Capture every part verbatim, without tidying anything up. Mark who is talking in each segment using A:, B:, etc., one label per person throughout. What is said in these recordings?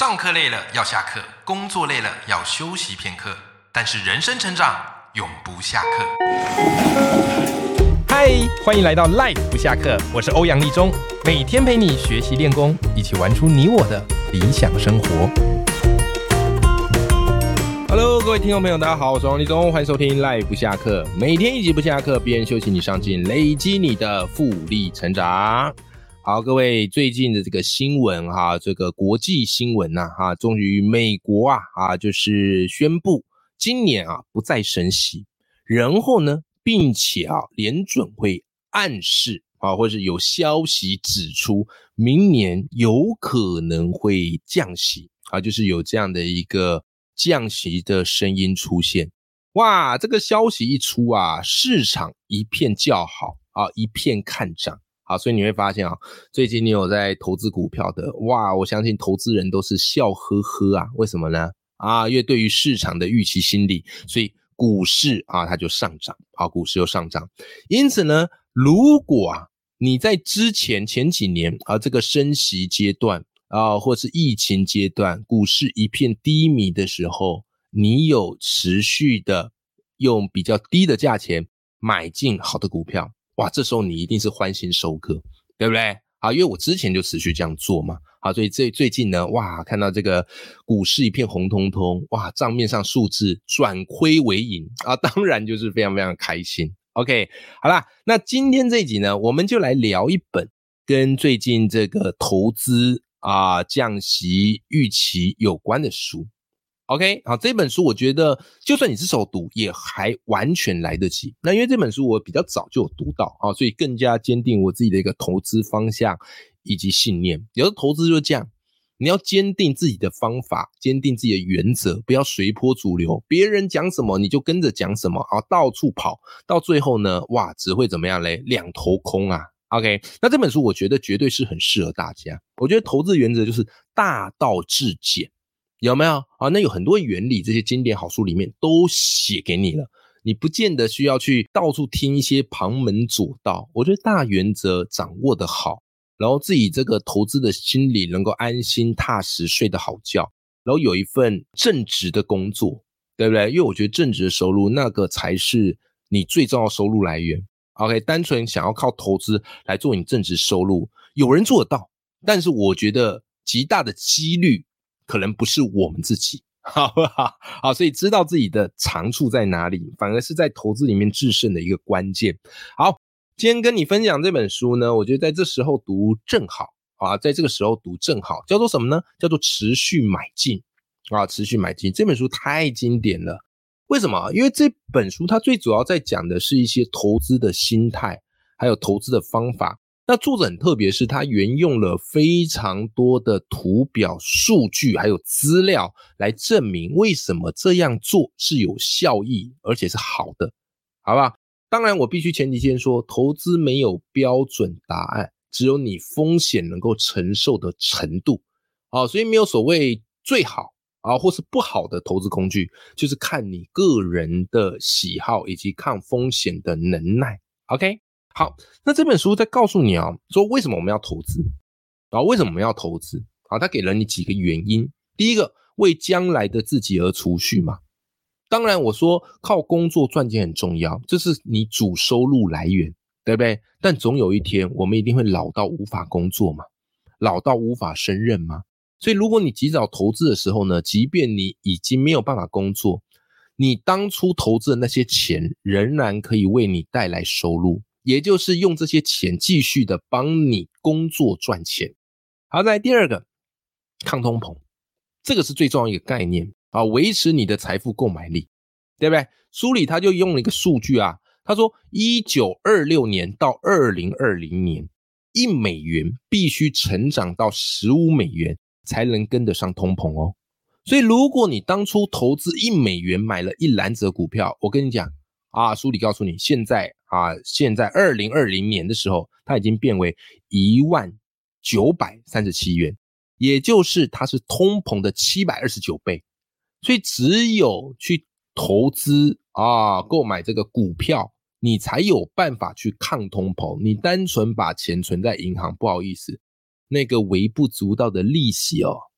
A: 上课累了要下课，工作累了要休息片刻，但是人生成长永不下课。嗨，欢迎来到 Life 不下课，我是欧阳立中，每天陪你学习练功，一起玩出你我的理想生活。Hello， 各位听众朋友，大家好，我是欧阳立中，欢迎收听 Life 不下课，每天一集不下课，别人休息你上进，累积你的复利成长。好，各位，最近的这个新闻哈，这个国际新闻呐、啊、哈，终于美国啊啊就是宣布今年啊不再升息，然后呢，并且啊联准会暗示啊，或是有消息指出明年有可能会降息啊，就是有这样的一个降息的声音出现。哇，这个消息一出啊，市场一片叫好啊，一片看涨。好，所以你会发现啊，最近你有在投资股票的，哇，我相信投资人都是笑呵呵啊，为什么呢？啊，因为对于市场的预期心理，所以股市啊它就上涨，好，股市又上涨。因此呢，如果啊你在之前前几年啊这个升息阶段啊，或是疫情阶段，股市一片低迷的时候，你有持续的用比较低的价钱买进好的股票。哇，这时候你一定是欢欣收割，对不对？好，因为我之前就持续这样做嘛。好，所以最最近呢，哇，看到这个股市一片红彤彤，哇，账面上数字转亏为盈啊，当然就是非常非常开心。OK， 好啦，那今天这一集呢，我们就来聊一本跟最近这个投资啊、降息预期有关的书。OK， 好，这本书我觉得就算你是手读也还完全来得及。那因为这本书我比较早就有读到啊，所以更加坚定我自己的一个投资方向以及信念。有的投资就是这样，你要坚定自己的方法，坚定自己的原则，不要随波逐流，别人讲什么你就跟着讲什么啊，到处跑，到最后呢，哇，只会怎么样嘞？两头空啊。OK， 那这本书我觉得绝对是很适合大家。我觉得投资原则就是大道至简。有没有啊？那有很多原理，这些经典好书里面都写给你了，你不见得需要去到处听一些旁门左道。我觉得大原则掌握得好，然后自己这个投资的心里能够安心踏实睡得好觉，然后有一份正职的工作，对不对？因为我觉得正职的收入那个才是你最重要的收入来源。OK， 单纯想要靠投资来做你正职收入，有人做得到，但是我觉得极大的几率可能不是我们自己，好不好？好，所以知道自己的长处在哪里，反而是在投资里面制胜的一个关键。好，今天跟你分享这本书呢，我觉得在这时候读正好啊，在这个时候读正好，叫做什么呢？叫做持续买进啊，持续买进。这本书太经典了，为什么？因为这本书它最主要在讲的是一些投资的心态，还有投资的方法。那作者很特别，是他沿用了非常多的图表、数据还有资料来证明为什么这样做是有效益而且是好的，好不好？当然我必须前提先说，投资没有标准答案，只有你风险能够承受的程度。好，所以没有所谓最好啊或是不好的投资工具，就是看你个人的喜好以及抗风险的能耐。 OK，好，那这本书在告诉你啊，说为什么我们要投资啊？为什么我们要投资啊？他给了你几个原因。第一个，为将来的自己而储蓄嘛。当然，我说靠工作赚钱很重要，这是你主收入来源，对不对？但总有一天，我们一定会老到无法工作嘛，老到无法胜任嘛。所以，如果你及早投资的时候呢，即便你已经没有办法工作，你当初投资的那些钱仍然可以为你带来收入。也就是用这些钱继续的帮你工作赚钱。好，再来第二个，抗通膨，这个是最重要的一个概念啊，维持你的财富购买力，对不对？书里他就用了一个数据啊，他说一九二六年到二零二零年，一美元必须成长到十五美元才能跟得上通膨哦。所以如果你当初投资一美元买了一篮子的股票，我跟你讲啊，书里告诉你，现在啊，现在二零二零年的时候，它已经变为一万九百三十七元，也就是它是通膨的七百二十九倍。所以只有去投资啊，购买这个股票，你才有办法去抗通膨。你单纯把钱存在银行，不好意思，那个微不足道的利息哦，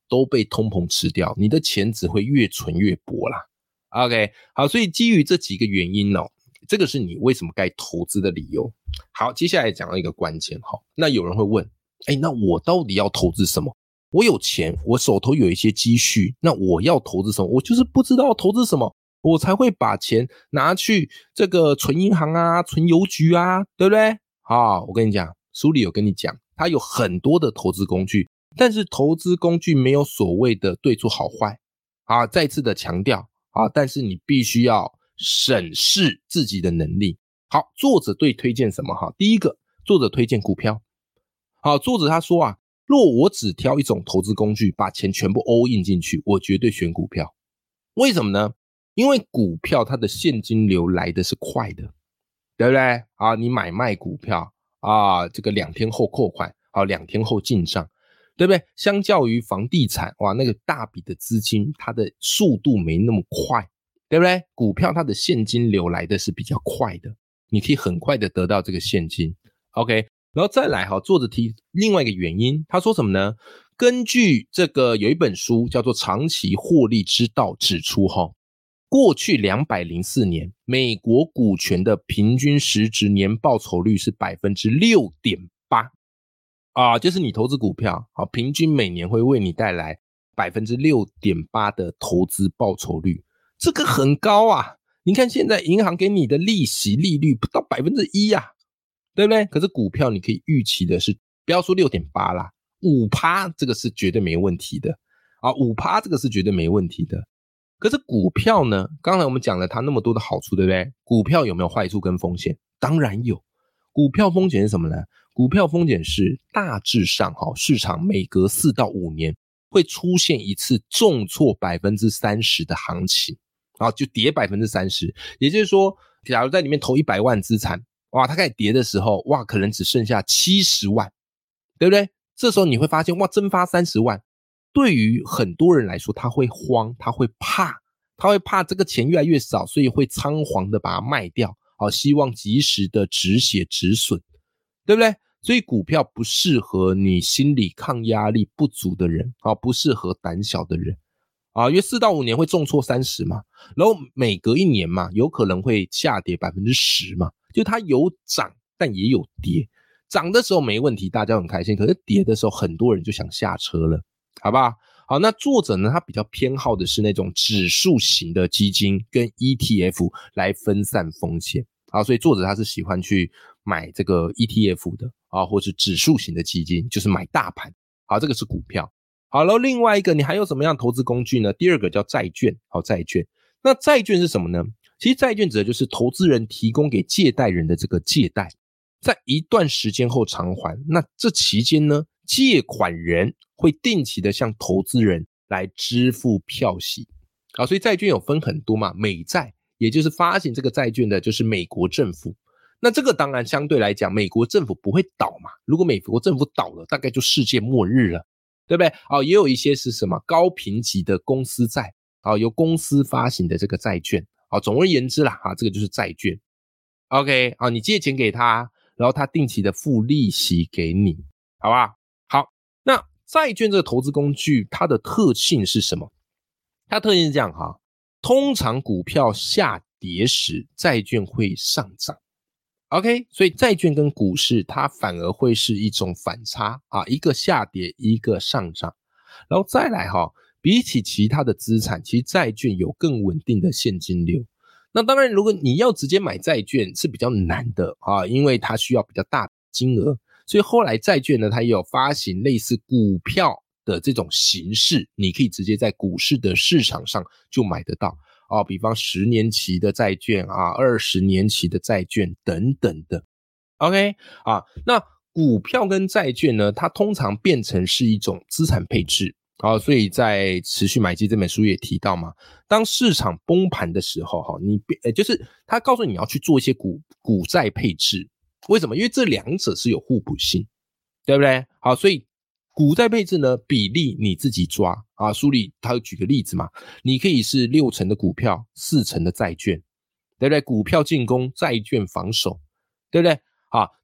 A: 都被通膨吃掉，你的钱只会越存越薄啦。OK， 好，所以基于这几个原因哦，这个是你为什么该投资的理由。好，接下来讲到一个关键，好，那有人会问，哎，那我到底要投资什么？我有钱，我手头有一些积蓄，那我要投资什么？我就是不知道投资什么，我才会把钱拿去这个存银行啊，存邮局啊，对不对？好，我跟你讲，书里有跟你讲，它有很多的投资工具，但是投资工具没有所谓的对错好坏啊，再次的强调啊，但是你必须要审视自己的能力。好，作者对推荐什么哈？第一个，作者推荐股票。好，作者他说啊，若我只挑一种投资工具，把钱全部 all in 进去，我绝对选股票。为什么呢？因为股票它的现金流来的是快的，对不对？啊，你买卖股票啊，这个两天后扣款，啊，两天后进账，对不对？相较于房地产，哇，那个大笔的资金，它的速度没那么快，对不对？股票它的现金流来的是比较快的，你可以很快的得到这个现金。OK。然后再来哈，作者提另外一个原因，他说什么呢？根据这个有一本书叫做《长期获利之道》指出哈，过去两百零四年美国股权的平均实质年报酬率是 百分之六点八 啊，就是你投资股票，好，平均每年会为你带来 百分之六点八 的投资报酬率，这个很高啊！你看现在银行给你的利息利率不到 百分之一 啊，对不对？可是股票你可以预期的是，不要说 六点八 啦， 百分之五 这个是绝对没问题的啊 百分之五 这个是绝对没问题的。可是股票呢，刚才我们讲了它那么多的好处，对不对？股票有没有坏处跟风险？当然有。股票风险是什么呢？股票风险是大致上市场每隔四到五年会出现一次重挫 百分之三十 的行情，然后就跌 百分之三十， 也就是说假如在里面投一百万资产，哇，它开始跌的时候，哇，可能只剩下七十万，对不对？这时候你会发现，哇，蒸发三十万，对于很多人来说，他会慌，他会怕，他会怕这个钱越来越少，所以会仓皇的把它卖掉，好，希望及时的止血止损，对不对？所以股票不适合你心理抗压力不足的人，啊，不适合胆小的人，啊，因为四到五年会重挫三十嘛，然后每隔一年嘛，有可能会下跌 百分之十 嘛。就它有涨但也有跌，涨的时候没问题，大家很开心，可是跌的时候很多人就想下车了，好不好？好，那作者呢，他比较偏好的是那种指数型的基金跟 E T F 来分散风险，好，所以作者他是喜欢去买这个 E T F 的啊，或是指数型的基金，就是买大盘。好，这个是股票。好，然后另外一个你还有什么样的投资工具呢？第二个叫债券。好，债券。那债券是什么呢？其实债券指的就是投资人提供给借贷人的这个借贷，在一段时间后偿还。那这期间呢，借款人会定期的向投资人来支付票息。好，所以债券有分很多嘛，美债，也就是发行这个债券的就是美国政府。那这个当然相对来讲，美国政府不会倒嘛，如果美国政府倒了，大概就世界末日了，对不对？好，也有一些是什么高评级的公司债，好，由公司发行的这个债券。好，总而言之啦，啊，这个就是债券。OK， 好，你借钱给他，然后他定期的付利息给你，好不好？好，那债券这个投资工具，它的特性是什么？它特性是这样哈，通常股票下跌时，债券会上涨。OK， 所以债券跟股市它反而会是一种反差啊，一个下跌，一个上涨。然后再来哈，比起其他的资产，其实债券有更稳定的现金流。那当然，如果你要直接买债券是比较难的啊，因为它需要比较大的金额。所以后来债券呢，它也有发行类似股票的这种形式，你可以直接在股市的市场上就买得到啊，比方十年期的债券啊，二十年期的债券等等的。OK 啊，那股票跟债券呢，它通常变成是一种资产配置。好，所以在持续买进这本书也提到嘛，当市场崩盘的时候，你就是他告诉你要去做一些股股债配置，为什么？因为这两者是有互补性，对不对？好，所以股债配置呢，比例你自己抓啊。书里他有举个例子嘛，你可以是六成的股票，四成的债券，对不对？股票进攻，债券防守，对不对？啊，他说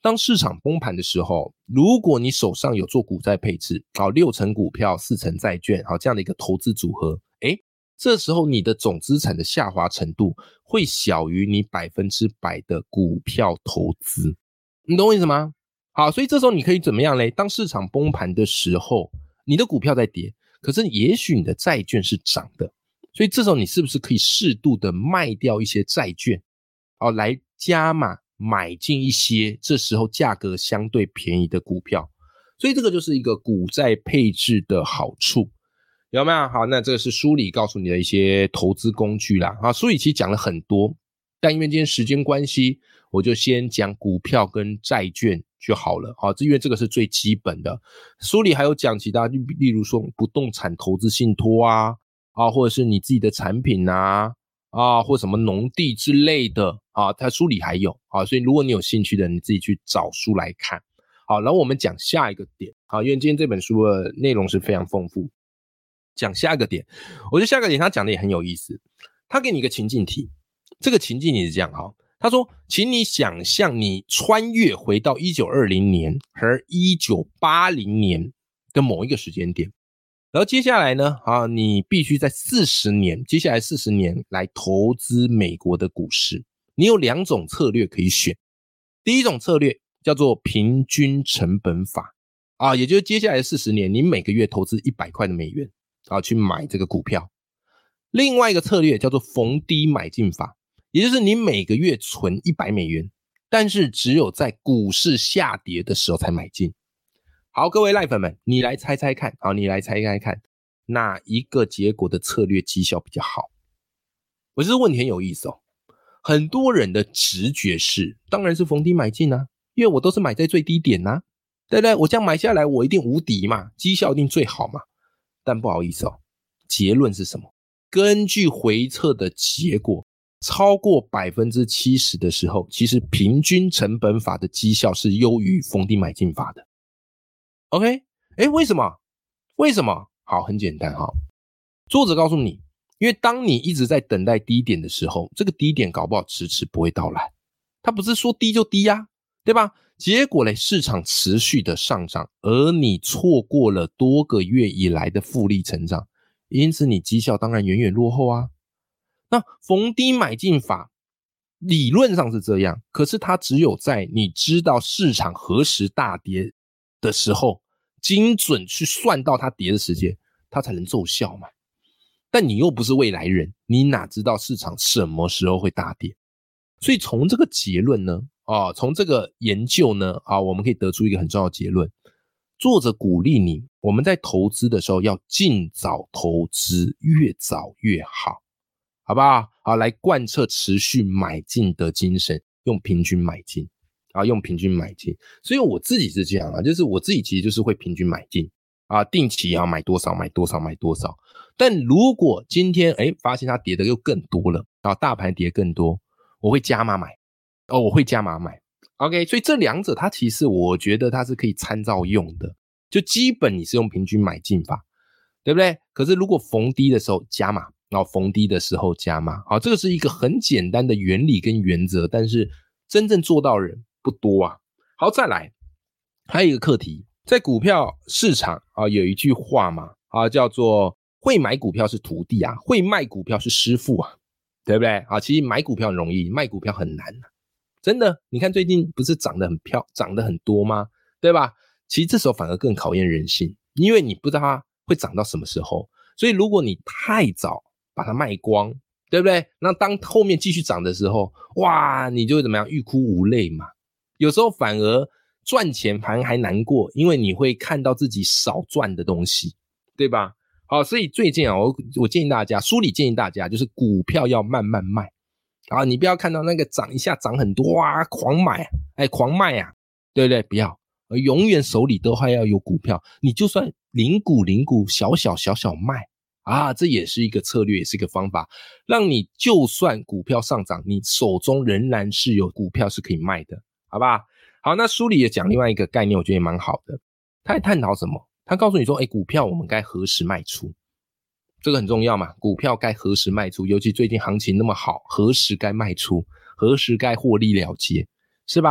A: 当市场崩盘的时候，如果你手上有做股债配置，好，六成股票，四成债券，好，这样的一个投资组合，诶，这时候你的总资产的下滑程度会小于你百分之百的股票投资，你懂我意思吗？好，所以这时候你可以怎么样嘞？当市场崩盘的时候，你的股票在跌，可是也许你的债券是涨的，所以这时候你是不是可以适度的卖掉一些债券，好，来加码买进一些这时候价格相对便宜的股票，所以这个就是一个股债配置的好处，有没有？好，那这个是书里告诉你的一些投资工具啦。好，书里其实讲了很多，但因为今天时间关系，我就先讲股票跟债券就好了。好，因为这个是最基本的。书里还有讲其他，例如说不动产投资信托啊，啊，或者是你自己的产品啊，啊，或什么农地之类的啊，它书里还有啊，所以如果你有兴趣的，你自己去找书来看。好，然后我们讲下一个点。好，因为今天这本书的内容是非常丰富。讲下一个点，我觉得下一个点他讲的也很有意思。他给你一个情境题，这个情境题是这样哈，他说，请你想象你穿越回到一九二零年和一九八零年的某一个时间点，然后接下来呢，啊，你必须在四十年，接下来四十年来投资美国的股市。你有两种策略可以选，第一种策略叫做平均成本法啊，也就是接下来四十年，你每个月投资一百块的美元。啊，去买这个股票。另外一个策略叫做逢低买进法，也就是你每个月存一百美元，但是只有在股市下跌的时候才买进。好，各位赖粉们，你来猜猜看，好，你来猜猜看，哪一个结果的策略绩效比较好？我这个问题很有意思哦。很多人的直觉是，当然是逢低买进啊，因为我都是买在最低点啊，对不对？我这样买下来，我一定无敌嘛，绩效一定最好嘛。但不好意思哦，结论是什么？根据回测的结果，超过 百分之七十 的时候，其实平均成本法的绩效是优于逢低买进法的。OK， 诶，为什么？为什么？好，很简单哈。作者告诉你，因为当你一直在等待低点的时候，这个低点搞不好迟迟不会到来。它不是说低就低啊，对吧？结果呢，市场持续的上涨，而你错过了多个月以来的复利成长，因此你绩效当然远远落后啊。那逢低买进法理论上是这样，可是它只有在你知道市场何时大跌的时候，精准去算到它跌的时间，它才能奏效嘛。但你又不是未来人，你哪知道市场什么时候会大跌？所以从这个结论呢，啊，从这个研究呢，啊，我们可以得出一个很重要的结论。作者鼓励你，我们在投资的时候要尽早投资，越早越好，好不好？好，来贯彻持续买进的精神，用平均买进，啊，用平均买进。所以我自己是这样啊，就是我自己其实就是会平均买进，啊，定期要买多少买多少买多少。但如果今天诶发现它跌的又更多了，啊，大盘跌更多，我会加码买，哦，我会加码买。OK， 所以这两者它其实我觉得它是可以参照用的，就基本你是用平均买进法，对不对？可是如果逢低的时候加码，然后逢低的时候加码，好，这个是一个很简单的原理跟原则，但是真正做到的人不多啊。好，再来，还有一个课题，在股票市场啊，有一句话嘛，啊，叫做会买股票是徒弟啊，会卖股票是师傅啊，对不对？啊，其实买股票很容易，卖股票很难啊。真的，你看最近不是涨得很漂，涨得很多吗？对吧？其实这时候反而更考验人性，因为你不知道它会涨到什么时候，所以如果你太早把它卖光，对不对？那当后面继续涨的时候，哇，你就会怎么样？欲哭无泪嘛。有时候反而赚钱反而还难过，因为你会看到自己少赚的东西，对吧？好，所以最近啊，我我建议大家，书里建议大家就是股票要慢慢卖。啊，你不要看到那个涨一下涨很多啊，狂买，哎，狂卖啊，对不对？不要，永远手里都还要有股票，你就算零股零股小小小小卖啊，这也是一个策略，也是一个方法，让你就算股票上涨，你手中仍然是有股票是可以卖的，好不好？好，那书里也讲另外一个概念，我觉得也蛮好的，他在探讨什么？他告诉你说，哎，股票我们该何时卖出？这个很重要嘛，股票该何时卖出，尤其最近行情那么好，何时该卖出，何时该获利了结，是吧？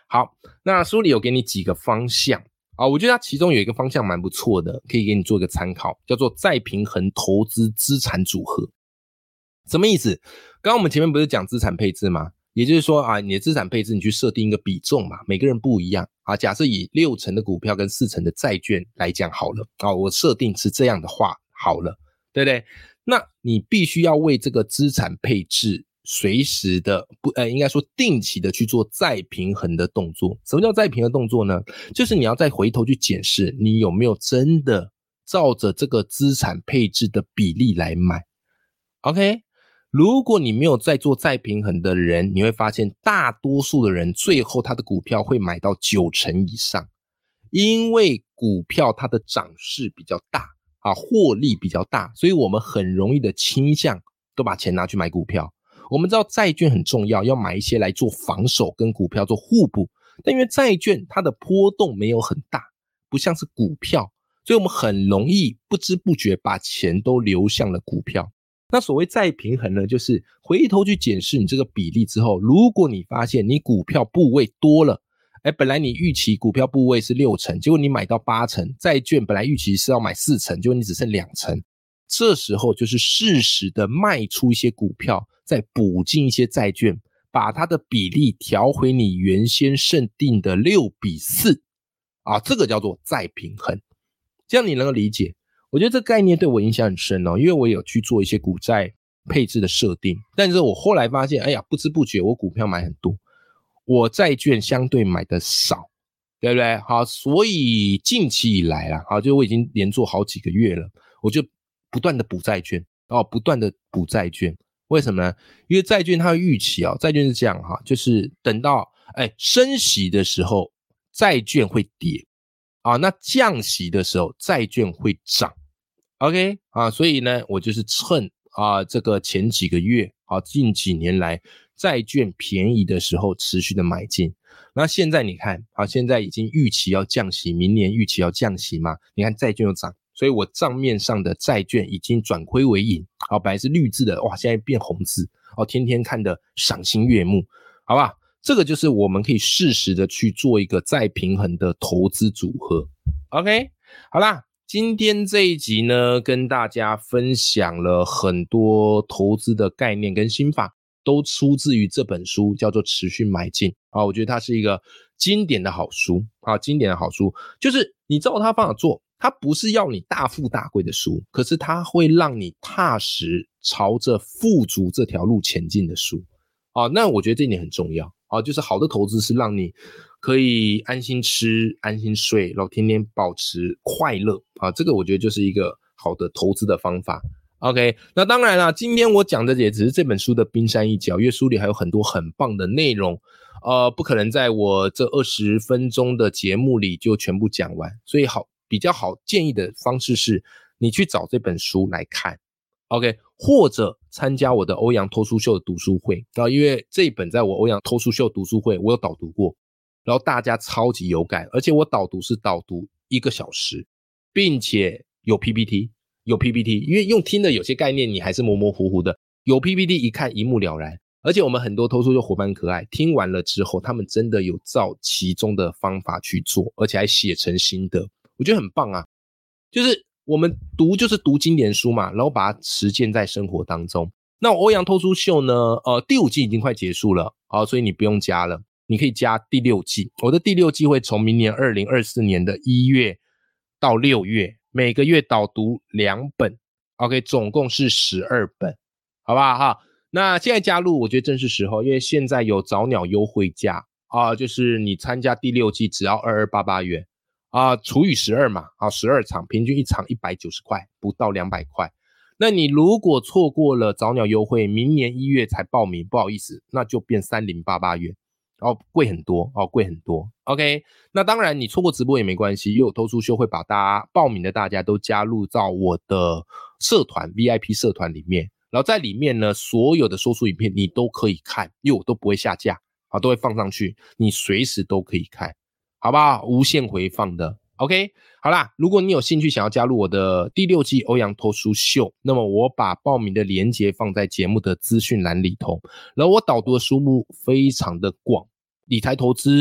A: 好，那书里有给你几个方向啊，我觉得它其中有一个方向蛮不错的，可以给你做一个参考，叫做再平衡投资资产组合。什么意思？刚刚我们前面不是讲资产配置吗？也就是说啊，你的资产配置你去设定一个比重嘛，每个人不一样啊。假设以六成的股票跟四成的债券来讲好了啊，我设定是这样的话好了，对不对？那你必须要为这个资产配置随时的不呃，应该说定期的去做再平衡的动作。什么叫再平衡动作呢？就是你要再回头去检视你有没有真的照着这个资产配置的比例来买。OK， 如果你没有在做再平衡的人，你会发现大多数的人最后他的股票会买到九成以上，因为股票它的涨势比较大啊，获利比较大，所以我们很容易的倾向都把钱拿去买股票。我们知道债券很重要，要买一些来做防守，跟股票做互补，但因为债券它的波动没有很大，不像是股票，所以我们很容易不知不觉把钱都流向了股票。那所谓再平衡呢，就是回头去检视你这个比例之后，如果你发现你股票部位多了，哎，本来你预期股票部位是六成，结果你买到八成，债券本来预期是要买四成，结果你只剩两成，这时候就是适时的卖出一些股票，再补进一些债券，把它的比例调回你原先设定的六比四啊，这个叫做再平衡。这样你能够理解？我觉得这个概念对我影响很深哦，因为我有去做一些股债配置的设定，但是我后来发现，哎呀，不知不觉我股票买很多，我债券相对买的少，对不对？好，所以近期以来啦，好，就我已经连做好几个月了，我就不断的补债券，哦，不断的补债券。为什么呢？因为债券它的预期哦，债券是这样哈，就是等到哎升息的时候，债券会跌啊，那降息的时候，债券会涨。OK 啊，所以呢，我就是趁啊这个前几个月啊，近几年来债券便宜的时候持续的买进。那现在你看啊，现在已经预期要降息，明年预期要降息嘛，你看债券又涨，所以我账面上的债券已经转亏为盈啊，本来是绿字的，哇，现在变红字哦，天天看得赏心悦目，好吧？这个就是我们可以适时的去做一个再平衡的投资组合。OK， 好啦。今天这一集呢，跟大家分享了很多投资的概念跟心法，都出自于这本书，叫做《持续买进》啊。我觉得它是一个经典的好书啊，经典的好书，就是你照它方法做，它不是要你大富大贵的书，可是它会让你踏实朝着富足这条路前进的书啊。那我觉得这一点很重要啊，就是好的投资是让你可以安心吃安心睡，然后天天保持快乐啊，这个我觉得就是一个好的投资的方法。 OK， 那当然啦，今天我讲的也只是这本书的冰山一角，因为书里还有很多很棒的内容，呃，不可能在我这二十分钟的节目里就全部讲完，所以好比较好建议的方式是你去找这本书来看 OK， 或者参加我的欧阳脱书秀的读书会啊，因为这一本在我欧阳脱书秀读书会我有导读过，然后大家超级有感，而且我导读是导读一个小时，并且有 P P T， 有 P P T， 因为用听的有些概念你还是模模糊糊的，有 P P T 一看一目了然。而且我们很多脱书秀伙伴可爱，听完了之后他们真的有照其中的方法去做，而且还写成心得，我觉得很棒啊。就是我们读就是读经典书嘛，然后把它实践在生活当中。那欧阳脱书秀呢，呃，第五季已经快结束了，好，所以你不用加了，你可以加第六季。我的第六季会从明年二零二四年的一月到六月，每个月导读两本 OK， 总共是十二本，好不好哈？那现在加入我觉得正是时候，因为现在有早鸟优惠价啊，就是你参加第六季只要二二八八元啊，除以十二嘛，啊十二场，平均一场一百九十块，不到两百块。那你如果错过了早鸟优惠，明年一月才报名，不好意思，那就变三零八八元。哦，贵很多哦，贵很多。OK， 那当然你错过直播也没关系，因为我脱书秀会把大家报名的大家都加入到我的社团 V I P 社团里面，然后在里面呢，所有的说书影片你都可以看，因为我都不会下架，啊，都会放上去，你随时都可以看，好不好？无限回放的。OK， 好啦，如果你有兴趣想要加入我的第六季欧阳脱书秀，那么我把报名的连结放在节目的资讯栏里头，然后我导读的书目非常的广，理财投资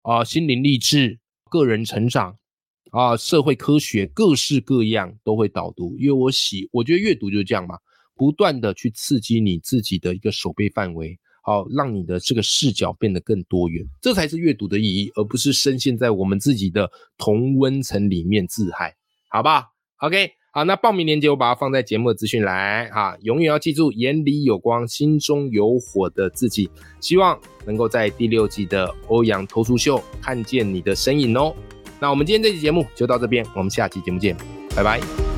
A: 啊、心灵励志、个人成长啊、社会科学，各式各样都会导读。因为我喜，我觉得阅读就是这样嘛，不断的去刺激你自己的一个手背范围，好，让你的这个视角变得更多元，这才是阅读的意义，而不是深陷在我们自己的同温层里面自嗨，好不好 ？OK， 好，那报名链接我把它放在节目的资讯栏哈，永远要记住眼里有光，心中有火的自己，希望能够在第六季的欧阳脱书秀看见你的身影哦。那我们今天这期节目就到这边，我们下期节目见，拜拜。